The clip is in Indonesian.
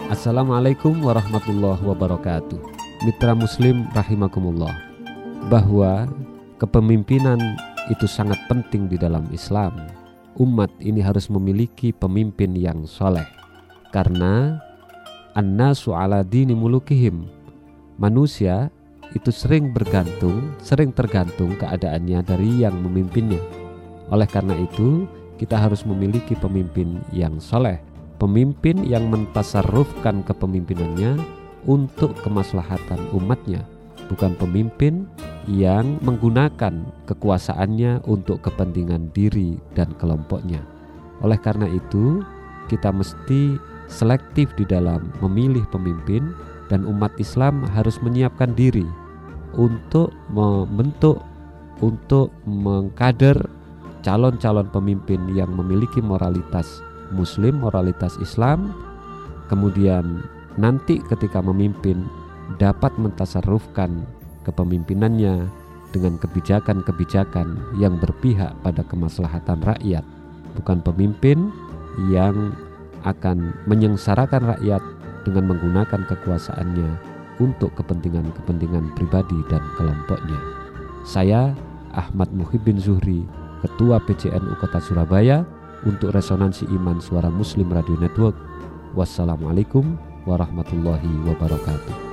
Assalamualaikum warahmatullahi wabarakatuh. Mitra muslim rahimakumullah, bahwa kepemimpinan itu sangat penting di dalam Islam. Umat ini harus memiliki pemimpin yang soleh, karena annasu ala dini mulukihim. Manusia itu sering tergantung keadaannya dari yang memimpinnya. Oleh karena itu, kita harus memiliki pemimpin yang soleh, pemimpin yang mentasarrufkan kepemimpinannya untuk kemaslahatan umatnya, bukan pemimpin yang menggunakan kekuasaannya untuk kepentingan diri dan kelompoknya. Oleh karena itu, kita mesti selektif di dalam memilih pemimpin, dan umat Islam harus menyiapkan diri untuk membentuk, untuk mengkader calon-calon pemimpin yang memiliki moralitas Muslim, moralitas Islam, kemudian nanti ketika memimpin dapat mentasarrufkan kepemimpinannya dengan kebijakan-kebijakan yang berpihak pada kemaslahatan rakyat, bukan pemimpin yang akan menyengsarakan rakyat dengan menggunakan kekuasaannya untuk kepentingan-kepentingan pribadi dan kelompoknya. Saya Ahmad Muhibbin Zuhri, Ketua PCNU Kota Surabaya, untuk Resonansi Iman Suara Muslim Radio Network. Wassalamualaikum warahmatullahi wabarakatuh.